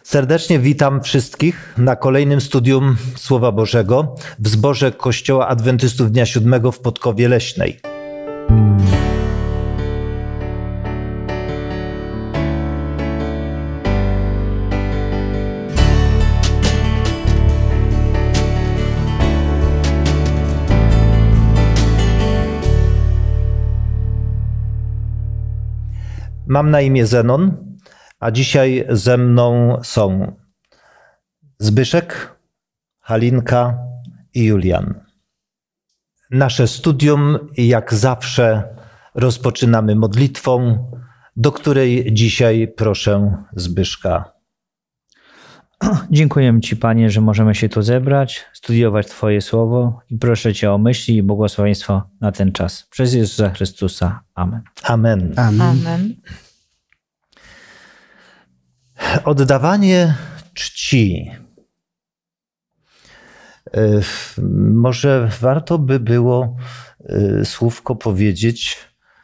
Serdecznie witam wszystkich na kolejnym studium Słowa Bożego w zborze Kościoła Adwentystów Dnia Siódmego w Podkowie Leśnej. Mam na imię Zenon, a dzisiaj ze mną są Zbyszek, Halinka i Julian. Nasze studium, jak zawsze, rozpoczynamy modlitwą, do której dzisiaj proszę Zbyszka. Dziękujemy Ci, Panie, że możemy się tu zebrać, studiować Twoje Słowo i proszę Cię o myśli i błogosławieństwo na ten czas. Przez Jezusa Chrystusa. Amen. Amen. Amen. Oddawanie czci. Może warto by było słówko powiedzieć,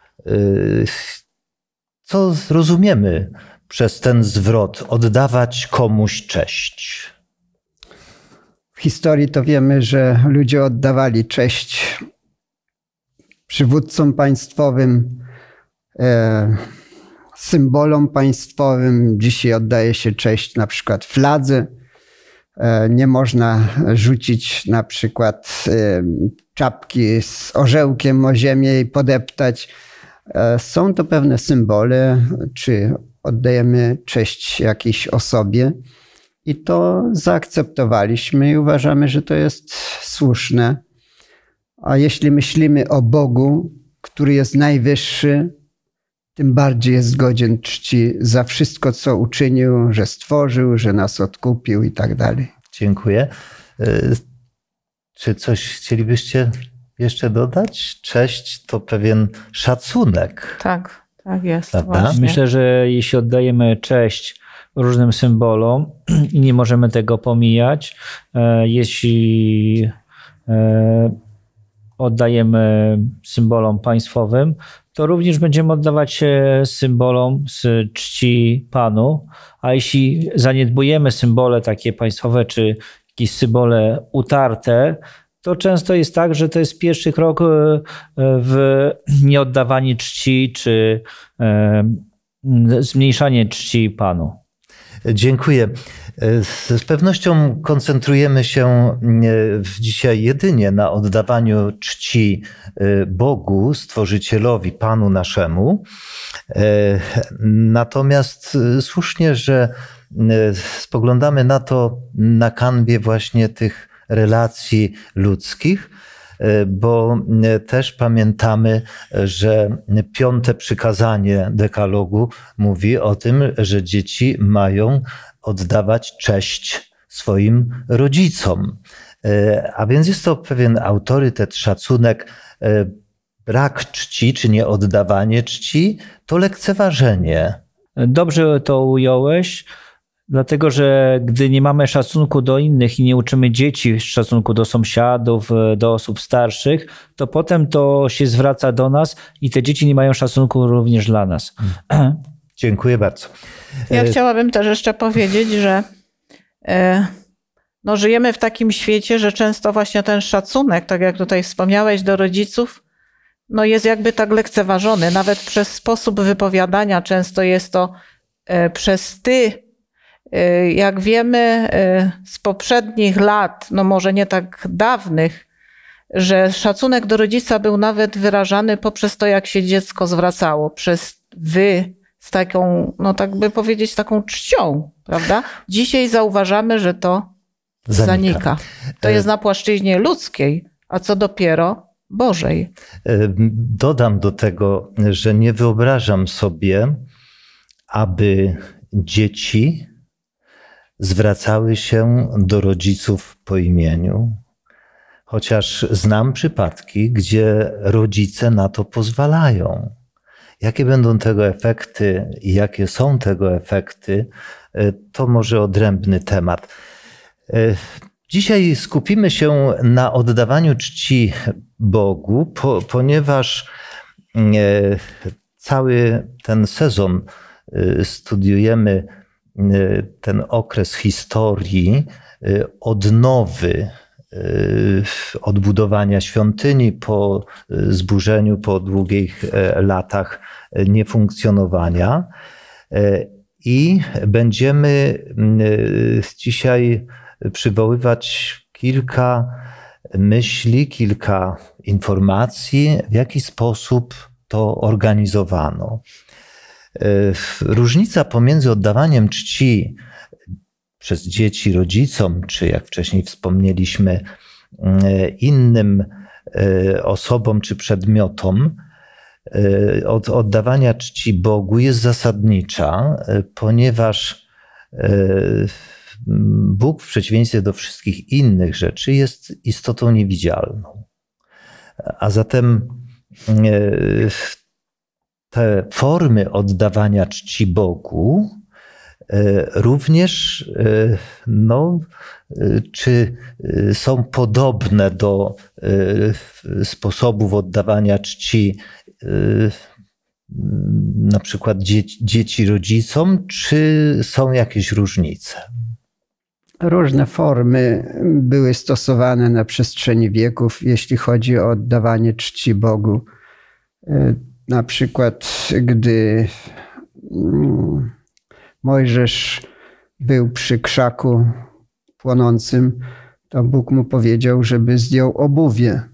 co rozumiemy przez ten zwrot oddawać komuś cześć. W historii to wiemy, że ludzie oddawali cześć przywódcom państwowym, symbolom państwowym. Dzisiaj oddaje się cześć na przykład fladze. Nie można rzucić na przykład czapki z orzełkiem o ziemię i podeptać. Są to pewne symbole, czy oddajemy cześć jakiejś osobie i to zaakceptowaliśmy i uważamy, że to jest słuszne. A jeśli myślimy o Bogu, który jest najwyższy, tym bardziej jest godzien czci za wszystko, co uczynił, że stworzył, że nas odkupił i tak dalej. Dziękuję. Czy coś chcielibyście jeszcze dodać? Cześć to pewien szacunek. Tak jest. Prawda? Właśnie. Myślę, że jeśli oddajemy cześć różnym symbolom i nie możemy tego pomijać, jeśli oddajemy symbolom państwowym, to również będziemy oddawać symbolom z czci Panu, a jeśli zaniedbujemy symbole takie państwowe, czy jakieś symbole utarte, to często jest tak, że to jest pierwszy krok w nieoddawaniu czci, czy zmniejszanie czci Panu. Dziękuję. Z pewnością koncentrujemy się dzisiaj jedynie na oddawaniu czci Bogu, Stworzycielowi, Panu naszemu. Natomiast słusznie, że spoglądamy na to na kanwie właśnie tych relacji ludzkich, bo też pamiętamy, że 5. przykazanie dekalogu mówi o tym, że dzieci mają oddawać cześć swoim rodzicom. A więc jest to pewien autorytet, szacunek. Brak czci, czy nieoddawanie czci, to lekceważenie. Dobrze to ująłeś. Dlatego, że gdy nie mamy szacunku do innych i nie uczymy dzieci szacunku do sąsiadów, do osób starszych, to potem to się zwraca do nas i te dzieci nie mają szacunku również dla nas. Dziękuję bardzo. Ja chciałabym też jeszcze powiedzieć, że żyjemy w takim świecie, że często właśnie ten szacunek, tak jak tutaj wspomniałeś, do rodziców, jest jakby tak lekceważony. Nawet przez sposób wypowiadania często jest to przez ty. Jak wiemy z poprzednich lat, może nie tak dawnych, że szacunek do rodzica był nawet wyrażany poprzez to, jak się dziecko zwracało, przez wy, z taką, tak by powiedzieć, taką czcią, prawda? Dzisiaj zauważamy, że to zanika. To jest na płaszczyźnie ludzkiej, a co dopiero Bożej. Dodam do tego, że nie wyobrażam sobie, aby dzieci zwracały się do rodziców po imieniu, chociaż znam przypadki, gdzie rodzice na to pozwalają. Jakie będą tego efekty i jakie są tego efekty, to może odrębny temat. Dzisiaj skupimy się na oddawaniu czci Bogu, ponieważ cały ten sezon studiujemy ten okres historii odnowy, odbudowania świątyni po zburzeniu, po długich latach niefunkcjonowania. I będziemy dzisiaj przywoływać kilka myśli, kilka informacji, w jaki sposób to organizowano. Różnica pomiędzy oddawaniem czci przez dzieci rodzicom, czy jak wcześniej wspomnieliśmy, innym osobom czy przedmiotom, od oddawania czci Bogu jest zasadnicza, ponieważ Bóg w przeciwieństwie do wszystkich innych rzeczy jest istotą niewidzialną. A zatem te formy oddawania czci Bogu również czy są podobne do sposobów oddawania czci na przykład dzieci rodzicom, czy są jakieś różnice? Różne formy były stosowane na przestrzeni wieków, jeśli chodzi o oddawanie czci Bogu. Na przykład, gdy Mojżesz był przy krzaku płonącym, to Bóg mu powiedział, żeby zdjął obuwie.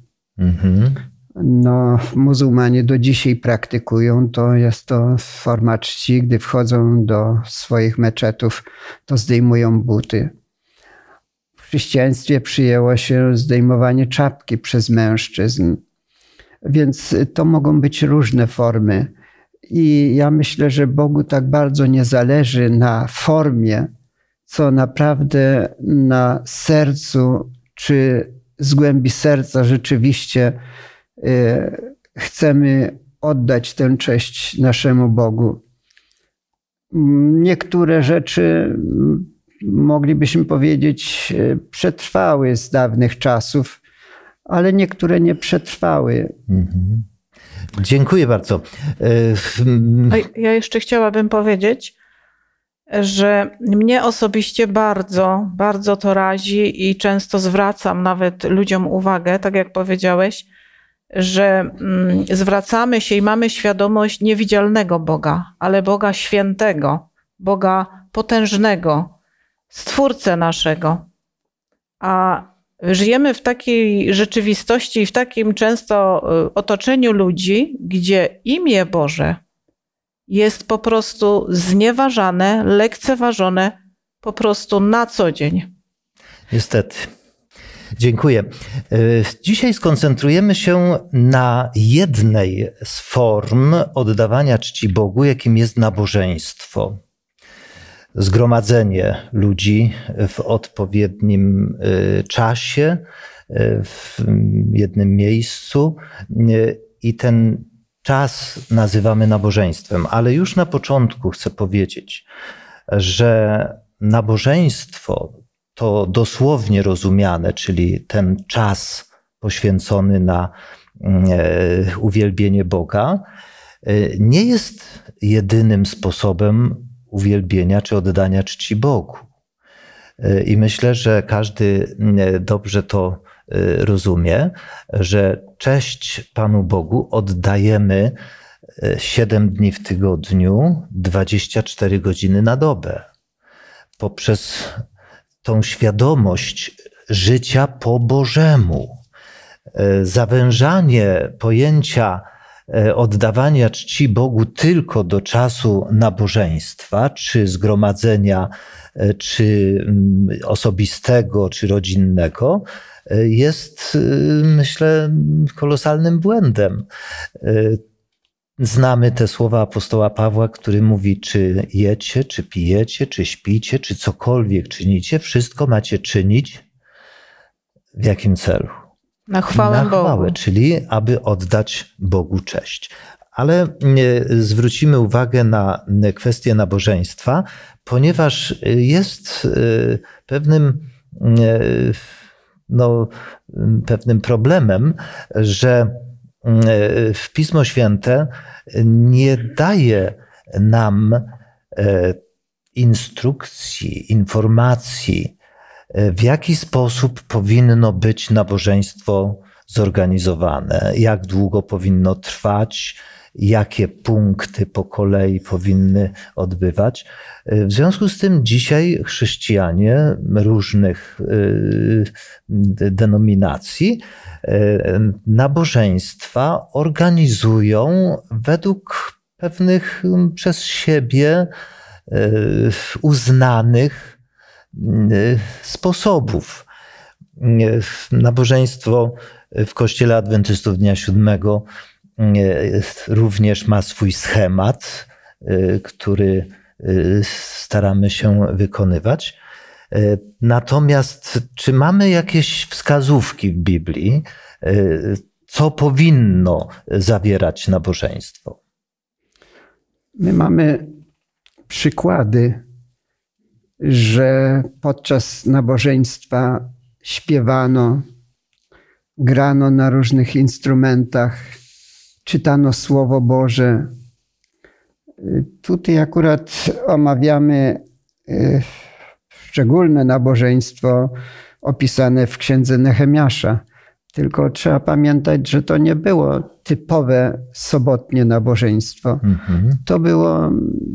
Muzułmanie do dzisiaj praktykują, to jest to forma czci, gdy wchodzą do swoich meczetów, to zdejmują buty. W chrześcijaństwie przyjęło się zdejmowanie czapki przez mężczyzn, więc to mogą być różne formy. I ja myślę, że Bogu tak bardzo nie zależy na formie, co naprawdę na sercu, czy z głębi serca rzeczywiście chcemy oddać tę cześć naszemu Bogu. Niektóre rzeczy, moglibyśmy powiedzieć, przetrwały z dawnych czasów, ale niektóre nie przetrwały. Dziękuję bardzo. Ja jeszcze chciałabym powiedzieć, że mnie osobiście bardzo, bardzo to razi i często zwracam nawet ludziom uwagę, tak jak powiedziałeś, że zwracamy się i mamy świadomość niewidzialnego Boga, ale Boga świętego, Boga potężnego, Stwórcę naszego. A żyjemy w takiej rzeczywistości i w takim często otoczeniu ludzi, gdzie imię Boże jest po prostu znieważane, lekceważone po prostu na co dzień. Niestety. Dziękuję. Dzisiaj skoncentrujemy się na jednej z form oddawania czci Bogu, jakim jest nabożeństwo. Zgromadzenie ludzi w odpowiednim czasie, w jednym miejscu i ten czas nazywamy nabożeństwem. Ale już na początku chcę powiedzieć, że nabożeństwo to dosłownie rozumiane, czyli ten czas poświęcony na uwielbienie Boga, nie jest jedynym sposobem uwielbienia czy oddania czci Bogu. I myślę, że każdy dobrze to rozumie, że cześć Panu Bogu oddajemy 7 dni w tygodniu, 24 godziny na dobę. Poprzez tą świadomość życia po Bożemu. Zawężanie pojęcia oddawania czci Bogu tylko do czasu nabożeństwa, czy zgromadzenia, czy osobistego, czy rodzinnego, jest, myślę, kolosalnym błędem. Znamy te słowa apostoła Pawła, który mówi, czy jecie, czy pijecie, czy śpicie, czy cokolwiek czynicie, wszystko macie czynić w jakim celu? Na chwałę Bogu. Czyli aby oddać Bogu cześć. Ale zwrócimy uwagę na kwestię nabożeństwa, ponieważ jest pewnym problemem, że w Pismo Święte nie daje nam instrukcji, informacji, w jaki sposób powinno być nabożeństwo zorganizowane, jak długo powinno trwać, jakie punkty po kolei powinny odbywać. W związku z tym dzisiaj chrześcijanie różnych denominacji nabożeństwa organizują według pewnych przez siebie uznanych sposobów. Nabożeństwo w Kościele Adwentystów Dnia Siódmego również ma swój schemat, który staramy się wykonywać. Natomiast czy mamy jakieś wskazówki w Biblii, co powinno zawierać nabożeństwo? My mamy przykłady, że podczas nabożeństwa śpiewano, grano na różnych instrumentach, czytano Słowo Boże. Tutaj akurat omawiamy szczególne nabożeństwo opisane w księdze Nehemiasza. Tylko trzeba pamiętać, że to nie było typowe sobotnie nabożeństwo. To było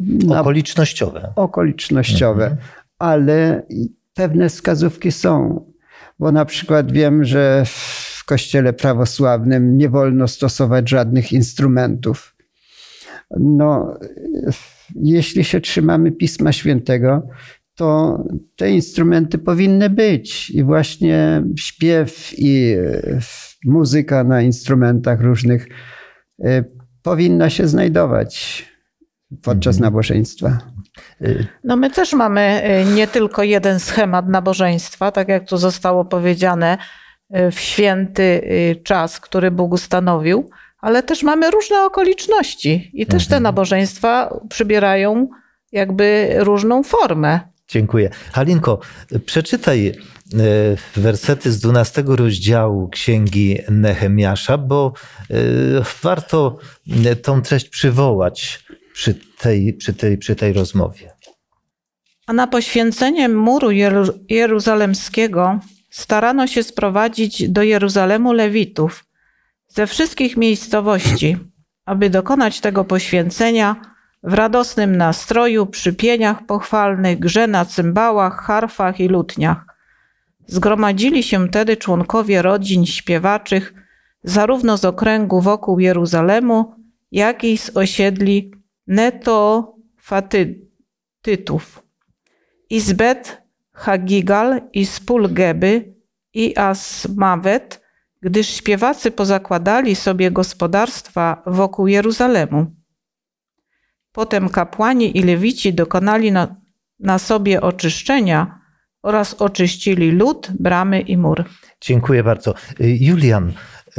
okolicznościowe, ale pewne wskazówki są. Bo na przykład wiem, że w kościele prawosławnym nie wolno stosować żadnych instrumentów. No, jeśli się trzymamy Pisma Świętego, to te instrumenty powinny być. I właśnie śpiew i muzyka na instrumentach różnych powinna się znajdować podczas nabożeństwa. No my też mamy nie tylko jeden schemat nabożeństwa, tak jak tu zostało powiedziane, w święty czas, który Bóg ustanowił, ale też mamy różne okoliczności i też te nabożeństwa przybierają jakby różną formę. Dziękuję. Halinko, przeczytaj wersety z 12 rozdziału Księgi Nehemiasza, bo warto tą treść przywołać przy tej rozmowie. A na poświęcenie muru jeruzalemskiego starano się sprowadzić do Jeruzalemu Lewitów ze wszystkich miejscowości, aby dokonać tego poświęcenia w radosnym nastroju, przy pieniach pochwalnych, grze na cymbałach, harfach i lutniach. Zgromadzili się wtedy członkowie rodzin śpiewaczych zarówno z okręgu wokół Jeruzalemu, jak i z osiedli Netofatytów, i z Bet Hagigal, i z pól Geby, i Asmawet, gdyż śpiewacy pozakładali sobie gospodarstwa wokół Jeruzalemu. Potem kapłani i lewici dokonali na sobie oczyszczenia oraz oczyścili lud, bramy i mur. Dziękuję bardzo. Julian,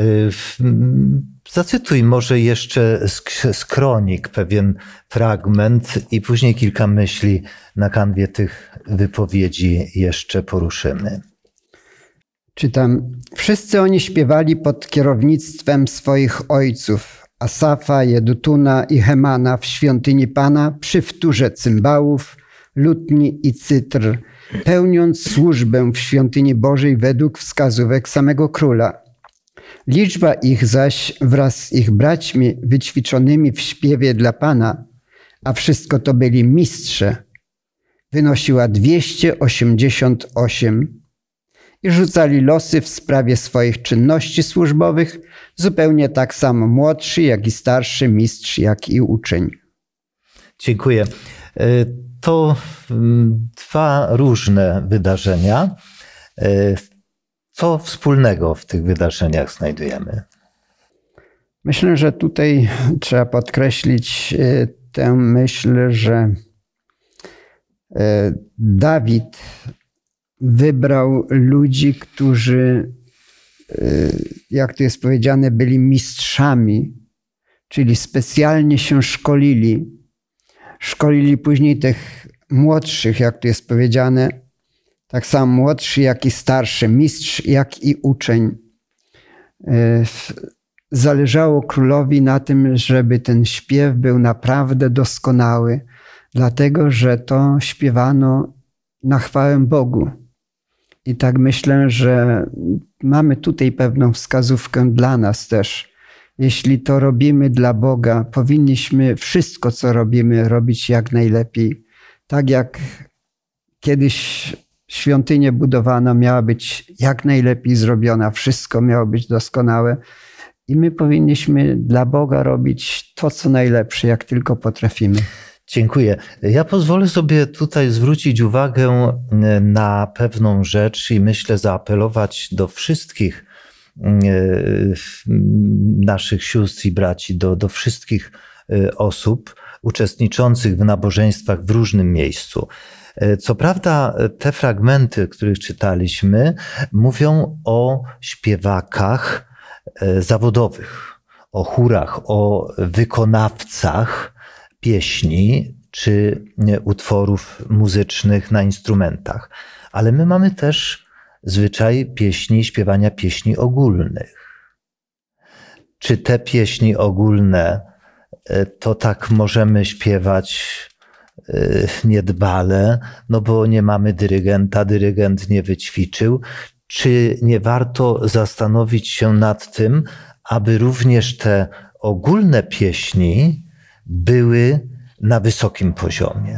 zacytuj może jeszcze z kronik pewien fragment i później kilka myśli na kanwie tych wypowiedzi jeszcze poruszymy. Czytam. Wszyscy oni śpiewali pod kierownictwem swoich ojców, Asafa, Jedutuna i Hemana w świątyni Pana przy wtórze cymbałów, lutni i cytr, pełniąc służbę w świątyni Bożej według wskazówek samego króla. Liczba ich zaś wraz z ich braćmi wyćwiczonymi w śpiewie dla Pana, a wszystko to byli mistrze, wynosiła 288 i rzucali losy w sprawie swoich czynności służbowych, zupełnie tak samo młodszy, jak i starszy, mistrz, jak i uczeń. Dziękuję. To dwa różne wydarzenia. Co wspólnego w tych wydarzeniach znajdujemy? Myślę, że tutaj trzeba podkreślić tę myśl, że Dawid wybrał ludzi, którzy, jak to jest powiedziane, byli mistrzami, czyli specjalnie się szkolili. Szkolili później tych młodszych, jak to jest powiedziane, tak samo młodszy, jak i starszy, mistrz, jak i uczeń. Zależało królowi na tym, żeby ten śpiew był naprawdę doskonały. dlatego że to śpiewano na chwałę Bogu. I tak myślę, że mamy tutaj pewną wskazówkę dla nas też. Jeśli to robimy dla Boga, powinniśmy wszystko, co robimy, robić jak najlepiej. Tak jak kiedyś świątynia budowana miała być jak najlepiej zrobiona, wszystko miało być doskonałe. I my powinniśmy dla Boga robić to, co najlepsze, jak tylko potrafimy. Dziękuję. Ja pozwolę sobie tutaj zwrócić uwagę na pewną rzecz i myślę zaapelować do wszystkich naszych sióstr i braci, do wszystkich osób uczestniczących w nabożeństwach w różnym miejscu. Co prawda te fragmenty, których czytaliśmy, mówią o śpiewakach zawodowych, o chórach, o wykonawcach pieśni czy utworów muzycznych na instrumentach. Ale my mamy też zwyczaj pieśni, śpiewania pieśni ogólnych. Czy te pieśni ogólne to tak możemy śpiewać niedbale, no bo nie mamy dyrygenta, dyrygent nie wyćwiczył? Czy nie warto zastanowić się nad tym, aby również te ogólne pieśni były na wysokim poziomie?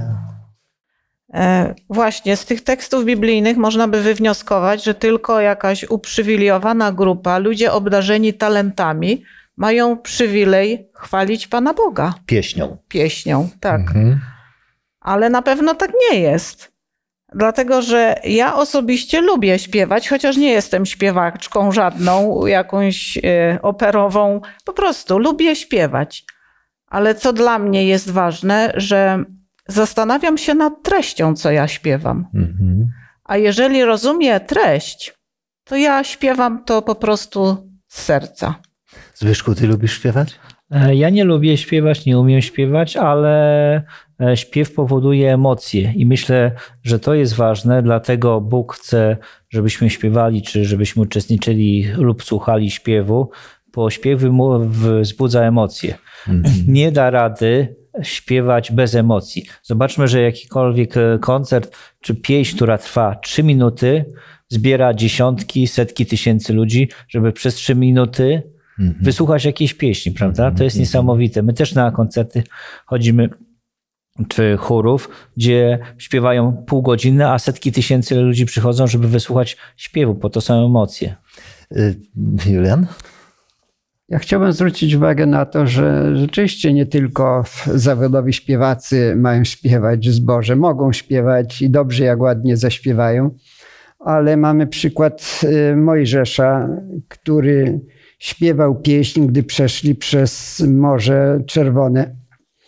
Właśnie z tych tekstów biblijnych można by wywnioskować, że tylko jakaś uprzywilejowana grupa, ludzie obdarzeni talentami, mają przywilej chwalić Pana Boga. Pieśnią, tak. Ale na pewno tak nie jest. Dlatego, że ja osobiście lubię śpiewać, chociaż nie jestem śpiewaczką żadną, jakąś operową. Po prostu lubię śpiewać. Ale co dla mnie jest ważne, że zastanawiam się nad treścią, co ja śpiewam. A jeżeli rozumiem treść, to ja śpiewam to po prostu z serca. Zbyszku, ty lubisz śpiewać? Ja nie lubię śpiewać, nie umiem śpiewać, ale śpiew powoduje emocje i myślę, że to jest ważne, dlatego Bóg chce, żebyśmy śpiewali, czy żebyśmy uczestniczyli lub słuchali śpiewu, bo śpiew wzbudza emocje. Nie da rady śpiewać bez emocji. Zobaczmy, że jakikolwiek koncert czy pieśń, która trwa 3 minuty, zbiera dziesiątki, setki tysięcy ludzi, żeby przez 3 minuty wysłuchać jakiejś pieśni, prawda? To jest niesamowite. My też na koncerty chodzimy, czy chórów, gdzie śpiewają pół godziny, a setki tysięcy ludzi przychodzą, żeby wysłuchać śpiewu, bo to są emocje. Julian? Ja chciałbym zwrócić uwagę na to, że rzeczywiście nie tylko zawodowi śpiewacy mają śpiewać w zborze, mogą śpiewać i dobrze, jak ładnie zaśpiewają, ale mamy przykład Mojżesza, który śpiewał pieśń, gdy przeszli przez Morze Czerwone.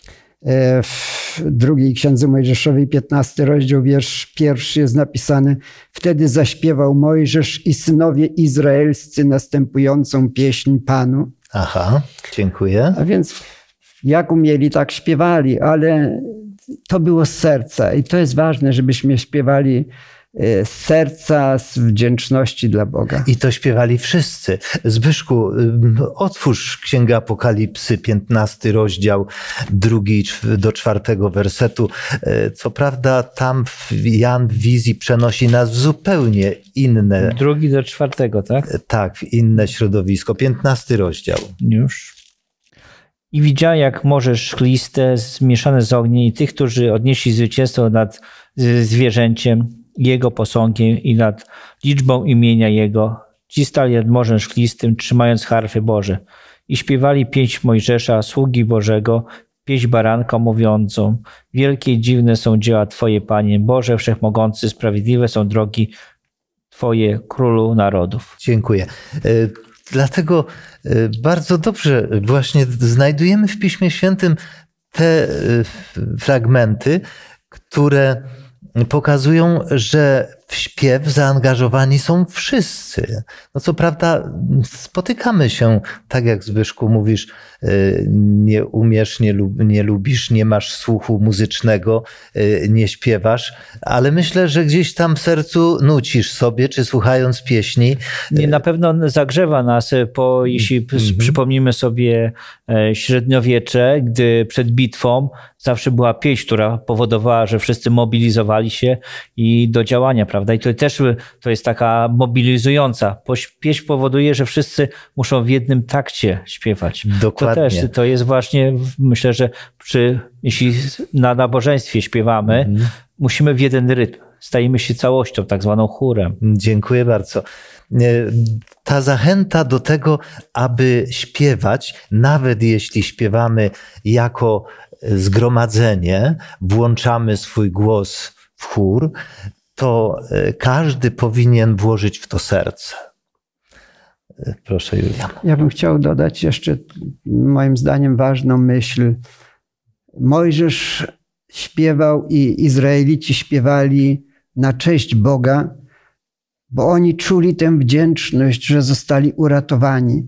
W drugiej Księdze Mojżeszowej, 15 rozdział, wiersz 1 jest napisane: wtedy zaśpiewał Mojżesz i synowie izraelscy następującą pieśń Panu. Aha, dziękuję. A więc jak umieli, tak śpiewali, ale to było z serca i to jest ważne, żebyśmy śpiewali z serca, z wdzięczności dla Boga. I to śpiewali wszyscy. Zbyszku, otwórz Księgę Apokalipsy, 15 rozdział, 2 do 4 wersetu. Co prawda tam Jan w wizji przenosi nas w zupełnie inne... 2 do 4, tak? Tak, w inne środowisko. 15 rozdział. Już. I widziałem, jak morze szkliste, zmieszane z ogniem i tych, którzy odnieśli zwycięstwo nad zwierzęciem, jego posągiem i nad liczbą imienia jego. Ci stali nad morzem szklistym, trzymając harfy Boże. I śpiewali pieśń Mojżesza, sługi Bożego, pieśń baranka mówiącą: wielkie i dziwne są dzieła Twoje, Panie, Boże Wszechmogący, sprawiedliwe są drogi Twoje, Królu narodów. Dziękuję. Dlatego bardzo dobrze właśnie znajdujemy w Piśmie Świętym te fragmenty, które pokazują, że w śpiew zaangażowani są wszyscy. No co prawda spotykamy się, tak jak Zbyszku mówisz, nie umiesz, nie lubisz, nie masz słuchu muzycznego, nie śpiewasz, ale myślę, że gdzieś tam w sercu nucisz sobie, czy słuchając pieśni. Nie, na pewno zagrzewa nas, jeśli przypomnimy sobie średniowiecze, gdy przed bitwą zawsze była pieśń, która powodowała, że wszyscy mobilizowali się i do działania, prawda? I to też to jest taka mobilizująca. Pieśń powoduje, że wszyscy muszą w jednym takcie śpiewać. Dokładnie. To jest właśnie, myślę, że jeśli na nabożeństwie śpiewamy, musimy w jeden rytm. Stajemy się całością, tak zwaną chórem. Dziękuję bardzo. Ta zachęta do tego, aby śpiewać, nawet jeśli śpiewamy jako zgromadzenie, włączamy swój głos w chór, to każdy powinien włożyć w to serce. Proszę, Julian. Ja bym chciał dodać jeszcze, moim zdaniem, ważną myśl. Mojżesz śpiewał i Izraelici śpiewali na cześć Boga, bo oni czuli tę wdzięczność, że zostali uratowani.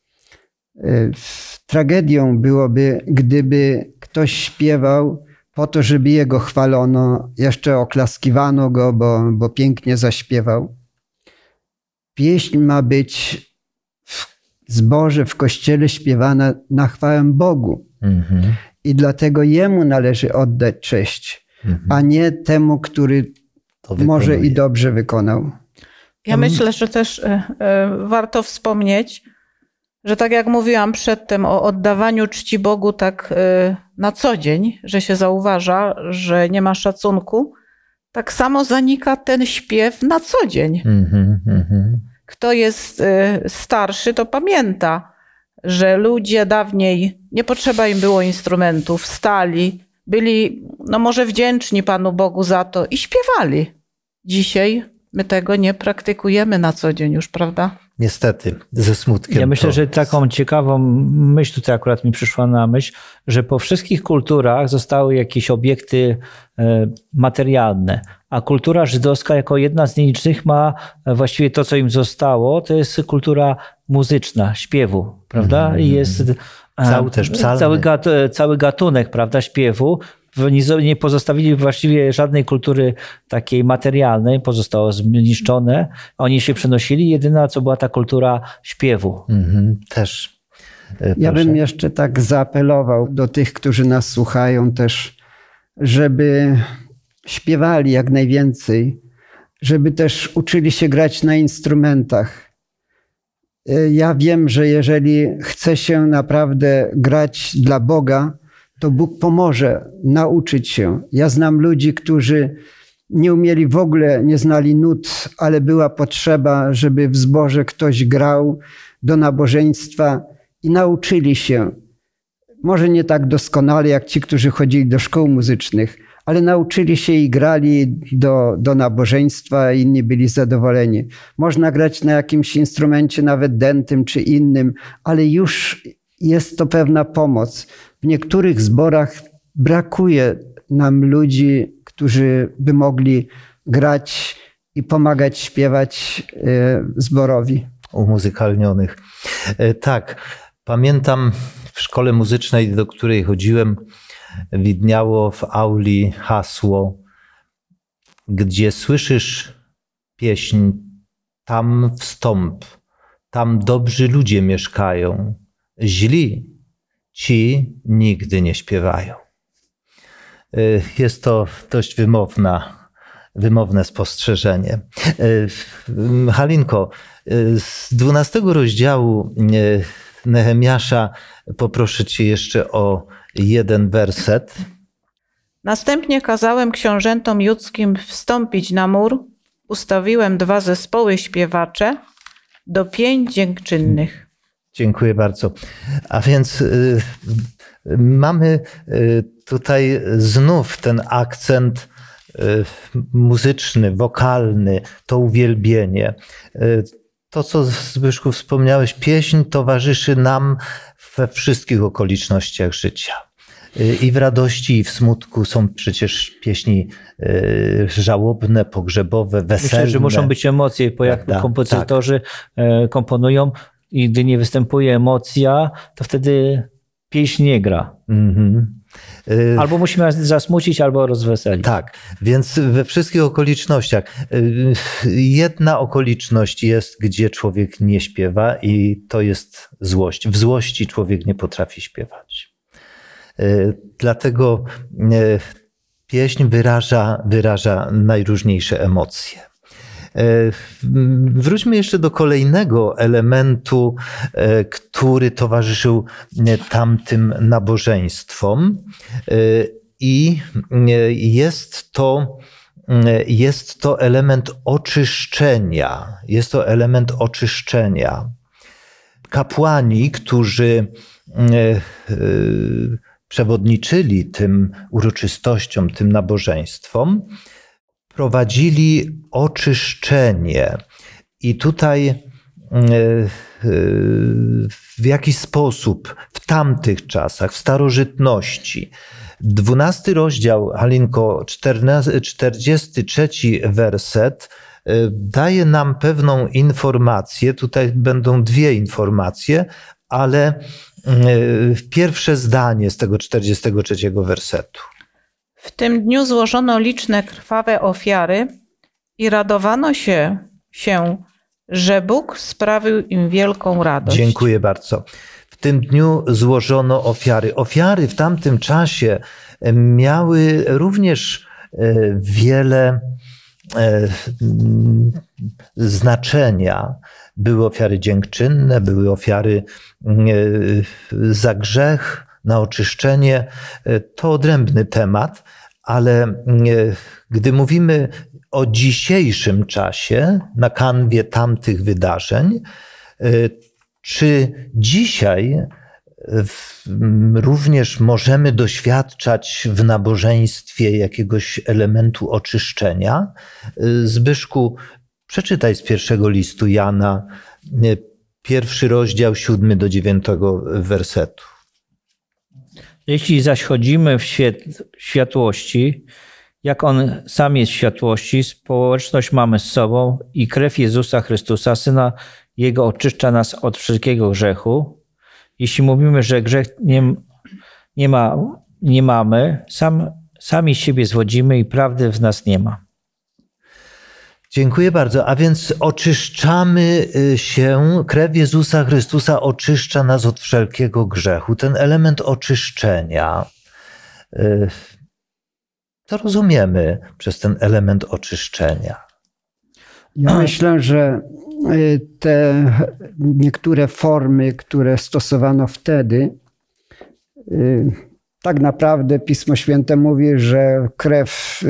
Tragedią byłoby, gdyby ktoś śpiewał po to, żeby jego chwalono, jeszcze oklaskiwano go, bo pięknie zaśpiewał. Pieśń ma być w zborze, w kościele śpiewana na chwałę Bogu. I dlatego Jemu należy oddać cześć, a nie temu, który może i dobrze wykonał. Ja myślę, że też warto wspomnieć, że tak jak mówiłam przedtem o oddawaniu czci Bogu tak na co dzień, że się zauważa, że nie ma szacunku, tak samo zanika ten śpiew na co dzień. Kto jest starszy, to pamięta, że ludzie dawniej, nie potrzeba im było instrumentów, stali, byli no może wdzięczni Panu Bogu za to i śpiewali. Dzisiaj my tego nie praktykujemy na co dzień już, prawda? Niestety, ze smutkiem. Ja myślę, że taką ciekawą myśl tutaj akurat mi przyszła na myśl, że po wszystkich kulturach zostały jakieś obiekty materialne, a kultura żydowska jako jedna z nielicznych ma właściwie to, co im zostało, to jest kultura muzyczna, śpiewu, prawda? I jest cały gatunek, prawda, śpiewu. Nie pozostawili właściwie żadnej kultury takiej materialnej, pozostało zniszczone. Oni się przenosili, jedyna co była ta kultura śpiewu. Też. Ja bym jeszcze tak zaapelował do tych, którzy nas słuchają też, żeby śpiewali jak najwięcej, żeby też uczyli się grać na instrumentach. Ja wiem, że jeżeli chce się naprawdę grać dla Boga, to Bóg pomoże nauczyć się. Ja znam ludzi, którzy nie umieli w ogóle, nie znali nut, ale była potrzeba, żeby w zborze ktoś grał do nabożeństwa i nauczyli się. Może nie tak doskonale jak ci, którzy chodzili do szkół muzycznych, ale nauczyli się i grali do nabożeństwa, inni byli zadowoleni. Można grać na jakimś instrumencie, nawet dętym czy innym, ale już jest to pewna pomoc. W niektórych zborach brakuje nam ludzi, którzy by mogli grać i pomagać śpiewać zborowi. Umuzykalnionych. Tak, pamiętam w szkole muzycznej, do której chodziłem, widniało w auli hasło, gdzie słyszysz pieśń, tam wstąp, tam dobrzy ludzie mieszkają, źli ci nigdy nie śpiewają. Jest to dość wymowne spostrzeżenie. Halinko, z 12 rozdziału Nehemiasza poproszę cię jeszcze o jeden werset. Następnie kazałem książętom judzkim wstąpić na mur, ustawiłem 2 zespoły śpiewacze do 5 dziękczynnych. Dziękuję bardzo. A więc mamy tutaj znów ten akcent muzyczny, wokalny, to uwielbienie. To, co Zbyszku wspomniałeś, pieśń towarzyszy nam we wszystkich okolicznościach życia. I w radości, i w smutku są przecież pieśni żałobne, pogrzebowe, weselne. Myślę, że muszą być emocje, bo jak kompozytorzy komponują i gdy nie występuje emocja, to wtedy pieśń nie gra. Albo musimy nas zasmucić, albo rozweselić. Tak, więc we wszystkich okolicznościach. Jedna okoliczność jest, gdzie człowiek nie śpiewa i to jest złość. W złości człowiek nie potrafi śpiewać. Dlatego pieśń wyraża najróżniejsze emocje. Wróćmy jeszcze do kolejnego elementu, który towarzyszył tamtym nabożeństwom i jest to element oczyszczenia. Jest to element oczyszczenia. Kapłani, którzy przewodniczyli tym uroczystościom, tym nabożeństwom, prowadzili oczyszczenie. I tutaj w jakiś sposób w tamtych czasach, w starożytności, 12 rozdział, Halinko, 43 werset daje nam pewną informację. Tutaj będą dwie informacje, ale pierwsze zdanie z tego 43 wersetu. W tym dniu złożono liczne krwawe ofiary i radowano się, że Bóg sprawił im wielką radość. Dziękuję bardzo. W tym dniu złożono ofiary. Ofiary w tamtym czasie miały również wiele znaczenia. Były ofiary dziękczynne, były ofiary za grzech, na oczyszczenie. To odrębny temat, ale gdy mówimy o dzisiejszym czasie, na kanwie tamtych wydarzeń, czy dzisiaj również możemy doświadczać w nabożeństwie jakiegoś elementu oczyszczenia? Zbyszku, przeczytaj z pierwszego listu Jana, 1 rozdział 7 do 9 wersetu. Jeśli zaś chodzimy w światłości, jak On sam jest w światłości, społeczność mamy z sobą i krew Jezusa Chrystusa, Syna Jego, oczyszcza nas od wszelkiego grzechu. Jeśli mówimy, że grzech nie mamy, sami siebie zwodzimy i prawdy w nas nie ma. Dziękuję bardzo. A więc oczyszczamy się, krew Jezusa Chrystusa oczyszcza nas od wszelkiego grzechu. Ten element oczyszczenia, co rozumiemy przez ten element oczyszczenia? Ja myślę, że te niektóre formy, które stosowano wtedy, tak naprawdę Pismo Święte mówi, że krew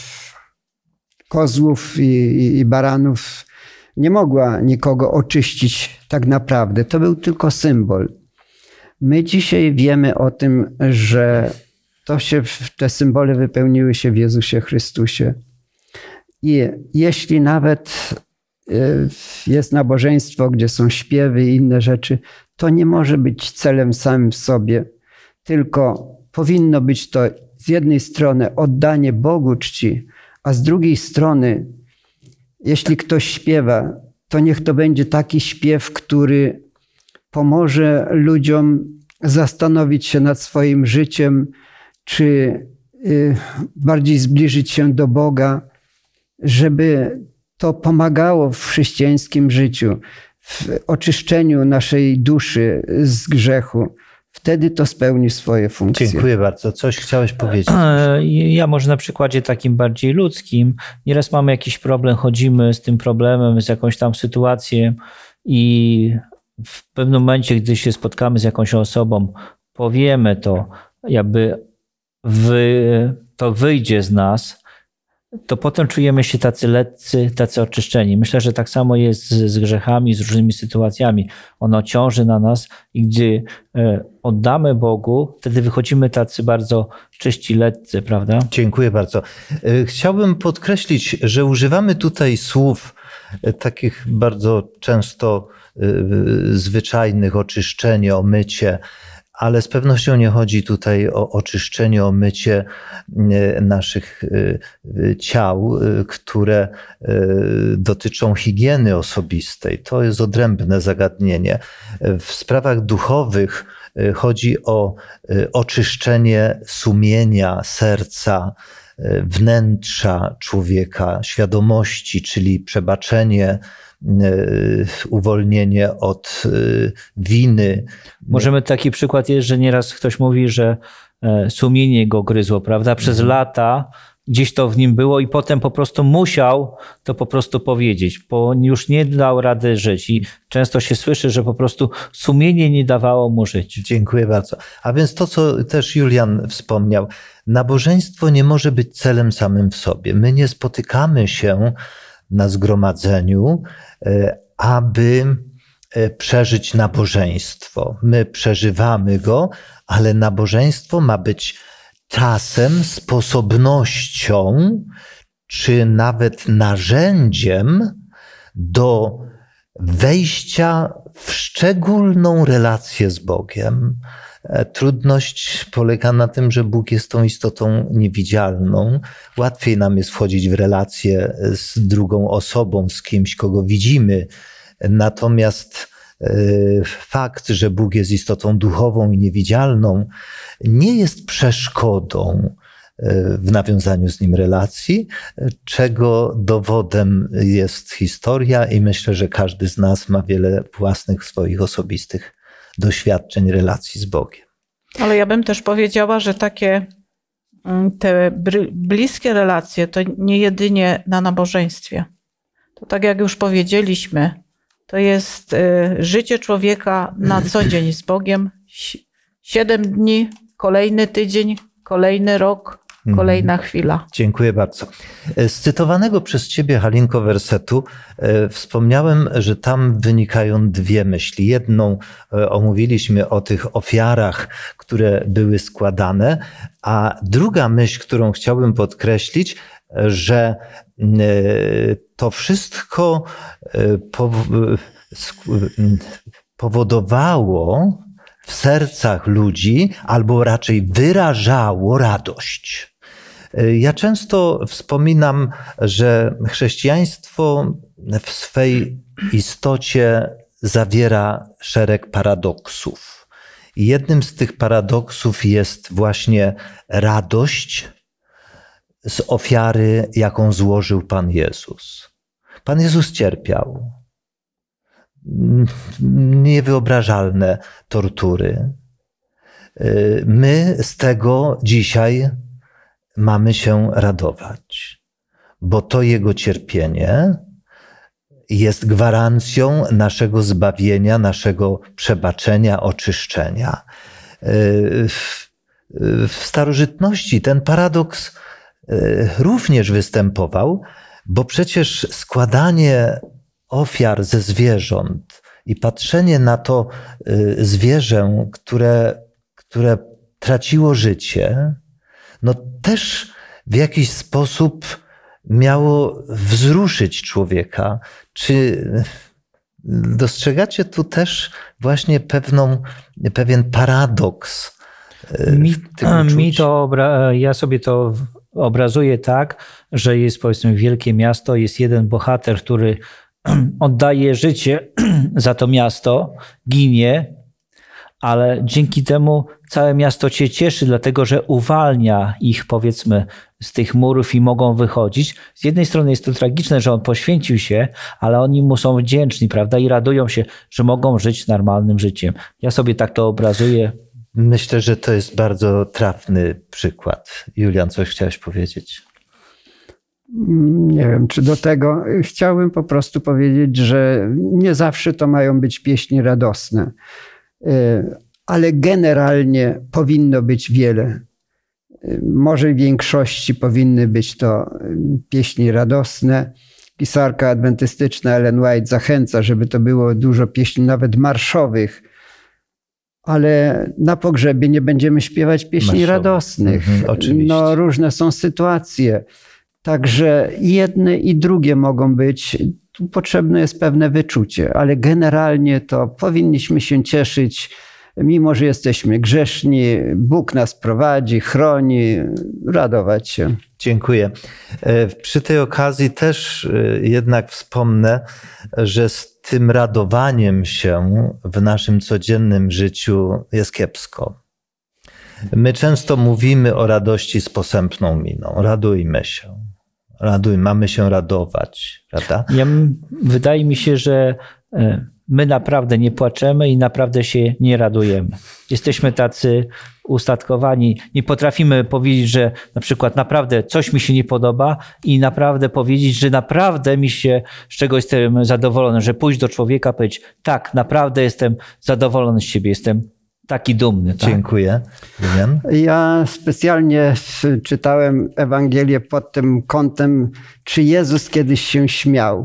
kozłów i baranów nie mogła nikogo oczyścić tak naprawdę. To był tylko symbol. My dzisiaj wiemy o tym, że te symbole wypełniły się w Jezusie Chrystusie. I jeśli nawet jest nabożeństwo, gdzie są śpiewy i inne rzeczy, to nie może być celem samym w sobie, tylko powinno być to z jednej strony oddanie Bogu czci, a z drugiej strony, jeśli ktoś śpiewa, to niech to będzie taki śpiew, który pomoże ludziom zastanowić się nad swoim życiem, czy bardziej zbliżyć się do Boga, żeby to pomagało w chrześcijańskim życiu, w oczyszczeniu naszej duszy z grzechu. Wtedy to spełni swoje funkcje. Dziękuję bardzo. Coś chciałeś powiedzieć? Ja może na przykładzie takim bardziej ludzkim. Nieraz mamy jakiś problem, chodzimy z tym problemem, z jakąś tam sytuacją i w pewnym momencie, gdy się spotkamy z jakąś osobą, powiemy to, jakby to wyjdzie z nas, to potem czujemy się tacy letcy, tacy oczyszczeni. Myślę, że tak samo jest z grzechami, z różnymi sytuacjami. Ono ciąży na nas i gdy oddamy Bogu, wtedy wychodzimy tacy bardzo czyści, letcy, prawda? Dziękuję bardzo. Chciałbym podkreślić, że używamy tutaj słów takich bardzo często zwyczajnych, oczyszczenie, omycie, ale z pewnością nie chodzi tutaj o oczyszczenie, o mycie naszych ciał, które dotyczą higieny osobistej. To jest odrębne zagadnienie. W sprawach duchowych chodzi o oczyszczenie sumienia, serca, wnętrza człowieka, świadomości, czyli przebaczenie, uwolnienie od winy. Możemy taki przykład jest, że nieraz ktoś mówi, że sumienie go gryzło, prawda? Przez lata gdzieś to w nim było i potem po prostu musiał to po prostu powiedzieć, bo już nie dał rady żyć i często się słyszy, że po prostu sumienie nie dawało mu żyć. Dziękuję bardzo. A więc to, co też Julian wspomniał, nabożeństwo nie może być celem samym w sobie. My nie spotykamy się na zgromadzeniu, aby przeżyć nabożeństwo. My przeżywamy go, ale nabożeństwo ma być czasem, sposobnością, czy nawet narzędziem do wejścia w szczególną relację z Bogiem. Trudność polega na tym, że Bóg jest tą istotą niewidzialną. Łatwiej nam jest wchodzić w relację z drugą osobą, z kimś, kogo widzimy. Natomiast fakt, że Bóg jest istotą duchową i niewidzialną, nie jest przeszkodą w nawiązaniu z Nim relacji, czego dowodem jest historia i myślę, że każdy z nas ma wiele własnych swoich osobistych doświadczeń relacji z Bogiem. Ale ja bym też powiedziała, że te bliskie relacje to nie jedynie na nabożeństwie. To tak jak już powiedzieliśmy, to jest życie człowieka na co dzień z Bogiem. 7 dni, kolejny tydzień, kolejny rok, kolejna chwila. Dziękuję bardzo. Z cytowanego przez ciebie, Halinko, wersetu wspomniałem, że tam wynikają dwie myśli. Jedną omówiliśmy o tych ofiarach, które były składane, a druga myśl, którą chciałbym podkreślić, że to wszystko powodowało w sercach ludzi, albo raczej wyrażało radość. Ja często wspominam, że chrześcijaństwo w swej istocie zawiera szereg paradoksów. I jednym z tych paradoksów jest właśnie radość z ofiary, jaką złożył Pan Jezus. Pan Jezus cierpiał. Niewyobrażalne tortury. My z tego dzisiaj mamy się radować, bo to Jego cierpienie jest gwarancją naszego zbawienia, naszego przebaczenia, oczyszczenia. W starożytności ten paradoks również występował, bo przecież składanie ofiar ze zwierząt i patrzenie na to zwierzę, które traciło życie, no też w jakiś sposób miało wzruszyć człowieka. Czy dostrzegacie tu też właśnie pewien paradoks Ja sobie to obrazuję tak, że jest, powiedzmy, wielkie miasto, jest jeden bohater, który oddaje życie za to miasto, ginie, ale dzięki temu całe miasto się cieszy, dlatego że uwalnia ich, powiedzmy, z tych murów i mogą wychodzić. Z jednej strony jest to tragiczne, że on poświęcił się, ale oni mu są wdzięczni, prawda, i radują się, że mogą żyć normalnym życiem. Ja sobie tak to obrazuję. Myślę, że to jest bardzo trafny przykład. Julian, coś chciałeś powiedzieć? Nie wiem, czy do tego. Chciałbym po prostu powiedzieć, że nie zawsze to mają być pieśni radosne, ale generalnie powinno być wiele. Może w większości powinny być to pieśni radosne. Pisarka adwentystyczna Ellen White zachęca, żeby to było dużo pieśni nawet marszowych, ale na pogrzebie nie będziemy śpiewać pieśni radosnych. Oczywiście. No, różne są sytuacje. Także jedne i drugie mogą być. Tu potrzebne jest pewne wyczucie, ale generalnie to powinniśmy się cieszyć mimo że jesteśmy grzeszni, Bóg nas prowadzi, chroni, radować się. Dziękuję. Przy tej okazji też jednak wspomnę, że z tym radowaniem się w naszym codziennym życiu jest kiepsko. My często mówimy o radości z posępną miną. Radujmy się. Mamy się radować, prawda? Wydaje mi się, że my naprawdę nie płaczemy i naprawdę się nie radujemy. Jesteśmy tacy ustatkowani, nie potrafimy powiedzieć, że na przykład naprawdę coś mi się nie podoba i naprawdę powiedzieć, że naprawdę mi się z czegoś jestem zadowolony, że pójść do człowieka, powiedzieć tak, naprawdę jestem zadowolony z siebie, jestem taki dumny. Tak? Dziękuję. Julian? Ja specjalnie czytałem Ewangelię pod tym kątem, czy Jezus kiedyś się śmiał.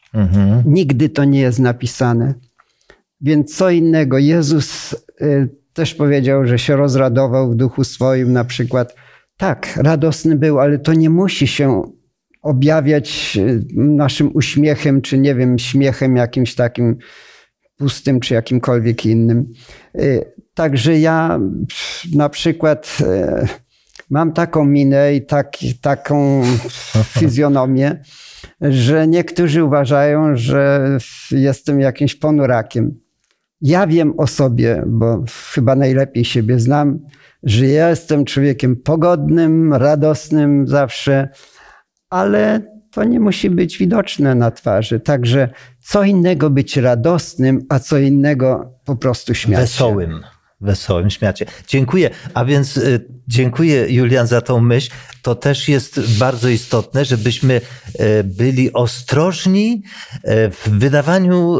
Nigdy to nie jest napisane. Więc co innego. Jezus też powiedział, że się rozradował w duchu swoim na przykład. Tak, radosny był, ale to nie musi się objawiać naszym uśmiechem, czy nie wiem, śmiechem jakimś takim pustym, czy jakimkolwiek innym. Także ja na przykład mam taką minę i taką fizjonomię, że niektórzy uważają, że jestem jakimś ponurakiem. Ja wiem o sobie, bo chyba najlepiej siebie znam, że ja jestem człowiekiem pogodnym, radosnym zawsze, ale to nie musi być widoczne na twarzy. Także co innego być radosnym, a co innego po prostu śmiać się. Wesołym śmiacie. Dziękuję. A więc dziękuję, Julian, za tą myśl. To też jest bardzo istotne, żebyśmy byli ostrożni w wydawaniu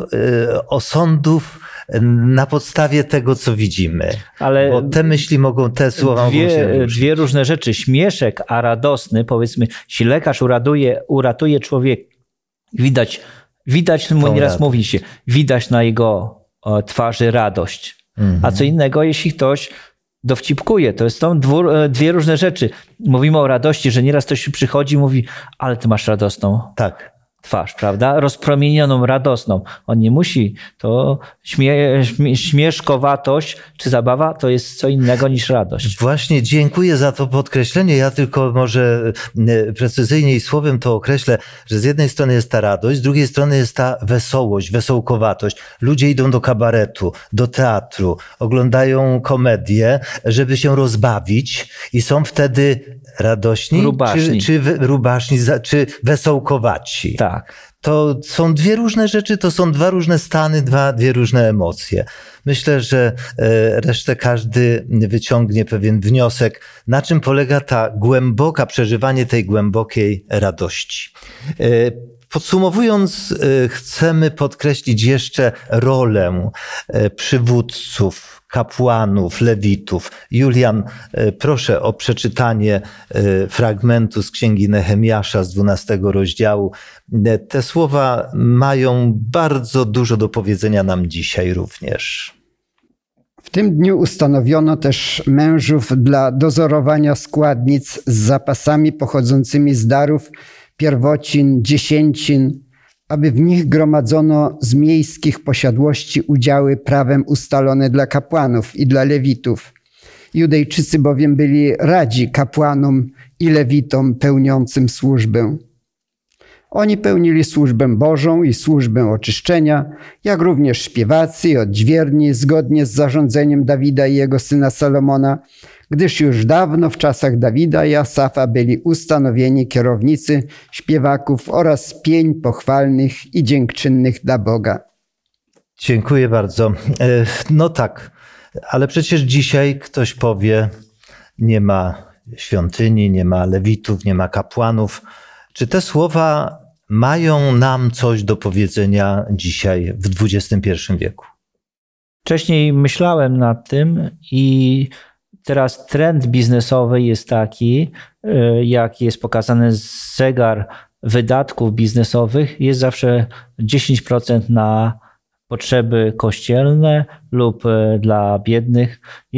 osądów na podstawie tego, co widzimy. Ale bo te słowa mogą się różnić. Dwie różne rzeczy. Śmieszek, a radosny, powiedzmy, jeśli lekarz uratuje człowieka, widać mu nieraz mówi się, widać na jego twarzy radość. A co innego, jeśli ktoś dowcipkuje. To są dwie różne rzeczy. Mówimy o radości, że nieraz ktoś przychodzi i mówi, ale ty masz radosną twarz, prawda? Rozpromienioną, radosną. On nie musi. To śmieszkowatość czy zabawa to jest co innego niż radość. Właśnie dziękuję za to podkreślenie. Ja tylko może precyzyjniej słowem to określę, że z jednej strony jest ta radość, z drugiej strony jest ta wesołość, wesołkowatość. Ludzie idą do kabaretu, do teatru, oglądają komedię, żeby się rozbawić i są wtedy radośni, czy wesołkowaci. Tak. To są dwie różne rzeczy, to są dwa różne stany, dwie różne emocje. Myślę, że resztę każdy wyciągnie pewien wniosek, na czym polega przeżywanie tej głębokiej radości. Podsumowując, chcemy podkreślić jeszcze rolę przywódców, kapłanów, lewitów. Julian, proszę o przeczytanie fragmentu z Księgi Nehemiasza z 12 rozdziału. Te słowa mają bardzo dużo do powiedzenia nam dzisiaj również. W tym dniu ustanowiono też mężów dla dozorowania składnic z zapasami pochodzącymi z darów, pierwocin, dziesięcin, aby w nich gromadzono z miejskich posiadłości udziały prawem ustalone dla kapłanów i dla lewitów. Judejczycy bowiem byli radzi kapłanom i lewitom pełniącym służbę. Oni pełnili służbę Bożą i służbę oczyszczenia, jak również śpiewacy i odźwierni, zgodnie z zarządzeniem Dawida i jego syna Salomona, gdyż już dawno w czasach Dawida i Asafa byli ustanowieni kierownicy śpiewaków oraz pień pochwalnych i dziękczynnych dla Boga. Dziękuję bardzo. No tak, ale przecież dzisiaj ktoś powie, nie ma świątyni, nie ma lewitów, nie ma kapłanów. Czy te słowa mają nam coś do powiedzenia dzisiaj w XXI wieku? Wcześniej myślałem nad tym i teraz trend biznesowy jest taki, jak jest pokazany zegar wydatków biznesowych, jest zawsze 10% na potrzeby kościelne lub dla biednych.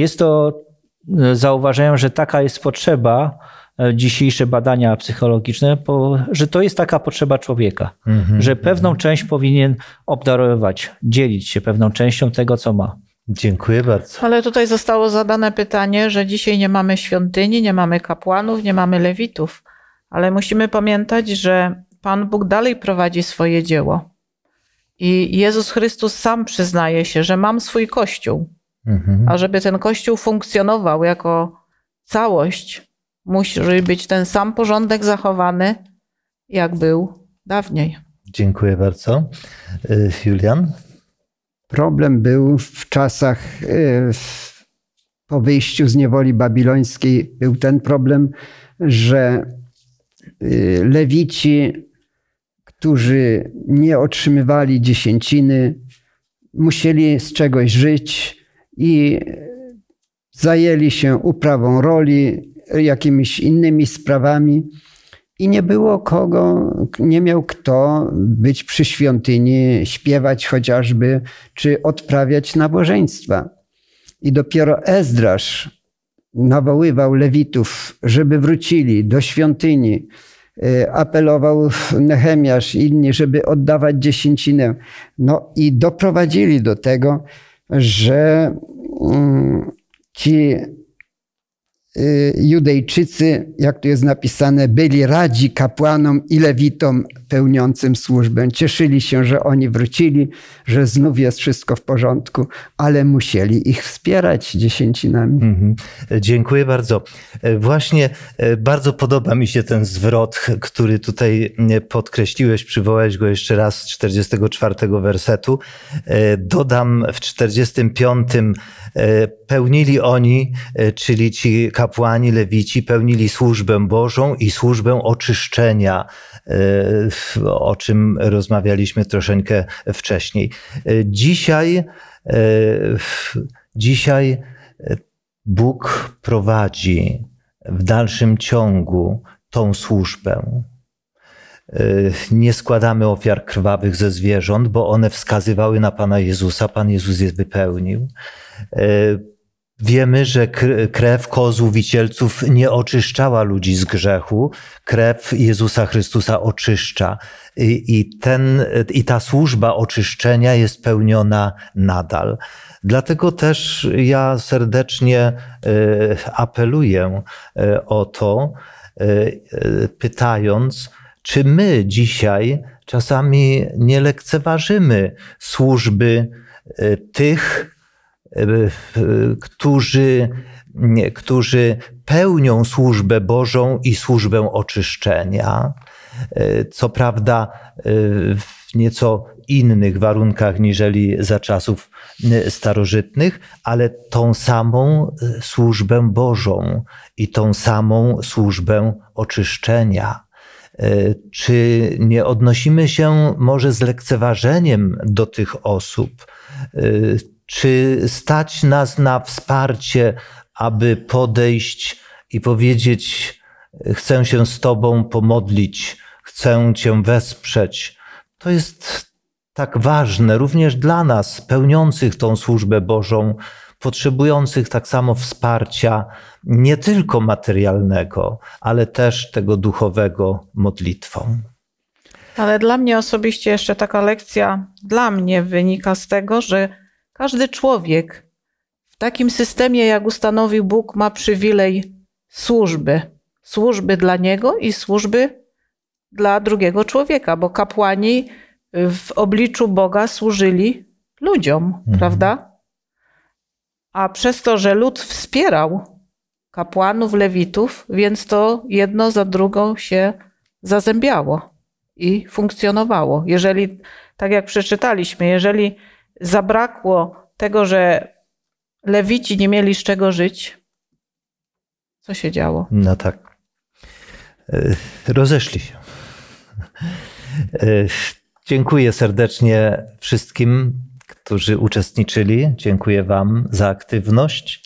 Zauważają, że taka jest potrzeba, dzisiejsze badania psychologiczne, że to jest taka potrzeba człowieka, że pewną część powinien obdarowywać, dzielić się pewną częścią tego, co ma. Dziękuję bardzo. Ale tutaj zostało zadane pytanie, że dzisiaj nie mamy świątyni, nie mamy kapłanów, nie mamy lewitów. Ale musimy pamiętać, że Pan Bóg dalej prowadzi swoje dzieło. I Jezus Chrystus sam przyznaje się, że mam swój Kościół. A żeby ten Kościół funkcjonował jako całość, musi być ten sam porządek zachowany, jak był dawniej. Dziękuję bardzo. Julian? Problem był w czasach po wyjściu z niewoli babilońskiej. Był ten problem, że lewici, którzy nie otrzymywali dziesięciny, musieli z czegoś żyć i zajęli się uprawą roli, jakimiś innymi sprawami i nie było kogo, nie miał kto być przy świątyni, śpiewać chociażby, czy odprawiać nabożeństwa. I dopiero Ezdrasz nawoływał lewitów, żeby wrócili do świątyni, apelował Nehemiasz i inni, żeby oddawać dziesięcinę. No i doprowadzili do tego, że ci Judejczycy, jak tu jest napisane, byli radzi kapłanom i lewitom pełniącym służbę. Cieszyli się, że oni wrócili, że znów jest wszystko w porządku, ale musieli ich wspierać dziesięcinami. Dziękuję bardzo. Właśnie bardzo podoba mi się ten zwrot, który tutaj podkreśliłeś, przywołałeś go jeszcze raz z 44 wersetu. Dodam w 45 pełnili oni, czyli ci kapłani, lewici, pełnili służbę Bożą i służbę oczyszczenia, o czym rozmawialiśmy troszeczkę wcześniej. Dzisiaj Bóg prowadzi w dalszym ciągu tą służbę. Nie składamy ofiar krwawych ze zwierząt, bo one wskazywały na Pana Jezusa. Pan Jezus je wypełnił. Wiemy, że krew kozłów i cielców nie oczyszczała ludzi z grzechu. Krew Jezusa Chrystusa oczyszcza. I ta służba oczyszczenia jest pełniona nadal. Dlatego też ja serdecznie apeluję o to, pytając, czy my dzisiaj czasami nie lekceważymy służby tych, którzy pełnią służbę Bożą i służbę oczyszczenia. Co prawda w nieco innych warunkach niżeli za czasów starożytnych, ale tą samą służbę Bożą i tą samą służbę oczyszczenia. Czy nie odnosimy się może z lekceważeniem do tych osób? Czy stać nas na wsparcie, aby podejść i powiedzieć: chcę się z Tobą pomodlić, chcę Cię wesprzeć? To jest tak ważne również dla nas, pełniących tą służbę Bożą, potrzebujących tak samo wsparcia, nie tylko materialnego, ale też tego duchowego modlitwą. Ale dla mnie osobiście jeszcze taka lekcja dla mnie wynika z tego, że każdy człowiek w takim systemie, jak ustanowił Bóg, ma przywilej służby. Służby dla niego i służby dla drugiego człowieka, bo kapłani w obliczu Boga służyli ludziom, prawda? A przez to, że lud wspierał kapłanów, lewitów, więc to jedno za drugą się zazębiało i funkcjonowało. Jeżeli, tak jak przeczytaliśmy, jeżeli zabrakło tego, że lewici nie mieli z czego żyć, co się działo? No tak. Rozeszli się. Dziękuję serdecznie wszystkim, którzy uczestniczyli. Dziękuję Wam za aktywność.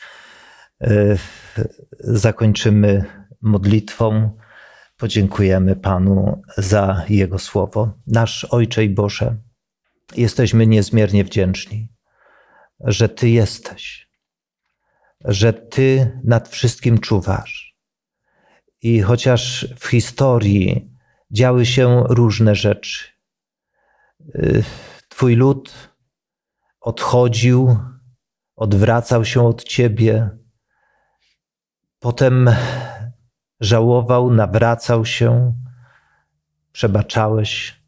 Zakończymy modlitwą. Podziękujemy Panu za Jego słowo. Nasz Ojcze i Boże, jesteśmy niezmiernie wdzięczni, że Ty jesteś, że Ty nad wszystkim czuwasz. I chociaż w historii działy się różne rzeczy, Twój lud odwracał się od Ciebie, potem żałował, nawracał się, przebaczałeś.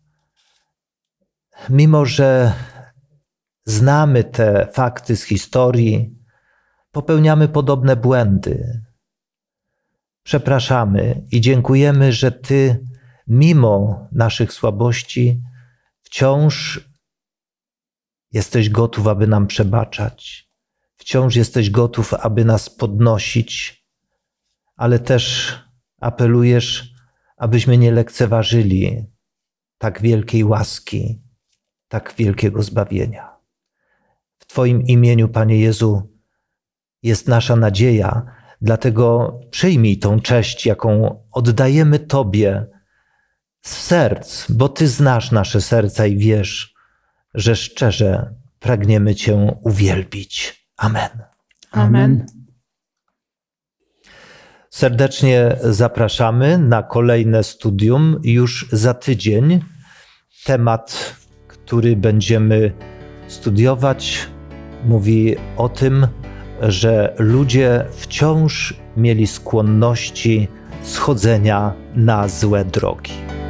Mimo że znamy te fakty z historii, popełniamy podobne błędy. Przepraszamy i dziękujemy, że Ty, mimo naszych słabości, wciąż jesteś gotów, aby nam przebaczać. Wciąż jesteś gotów, aby nas podnosić, ale też apelujesz, abyśmy nie lekceważyli tak wielkiej łaski, tak wielkiego zbawienia. W Twoim imieniu, Panie Jezu, jest nasza nadzieja, dlatego przyjmij tą cześć, jaką oddajemy Tobie z serc, bo Ty znasz nasze serca i wiesz, że szczerze pragniemy Cię uwielbić. Amen. Amen. Serdecznie zapraszamy na kolejne studium już za tydzień. Temat, który będziemy studiować, mówi o tym, że ludzie wciąż mieli skłonności schodzenia na złe drogi.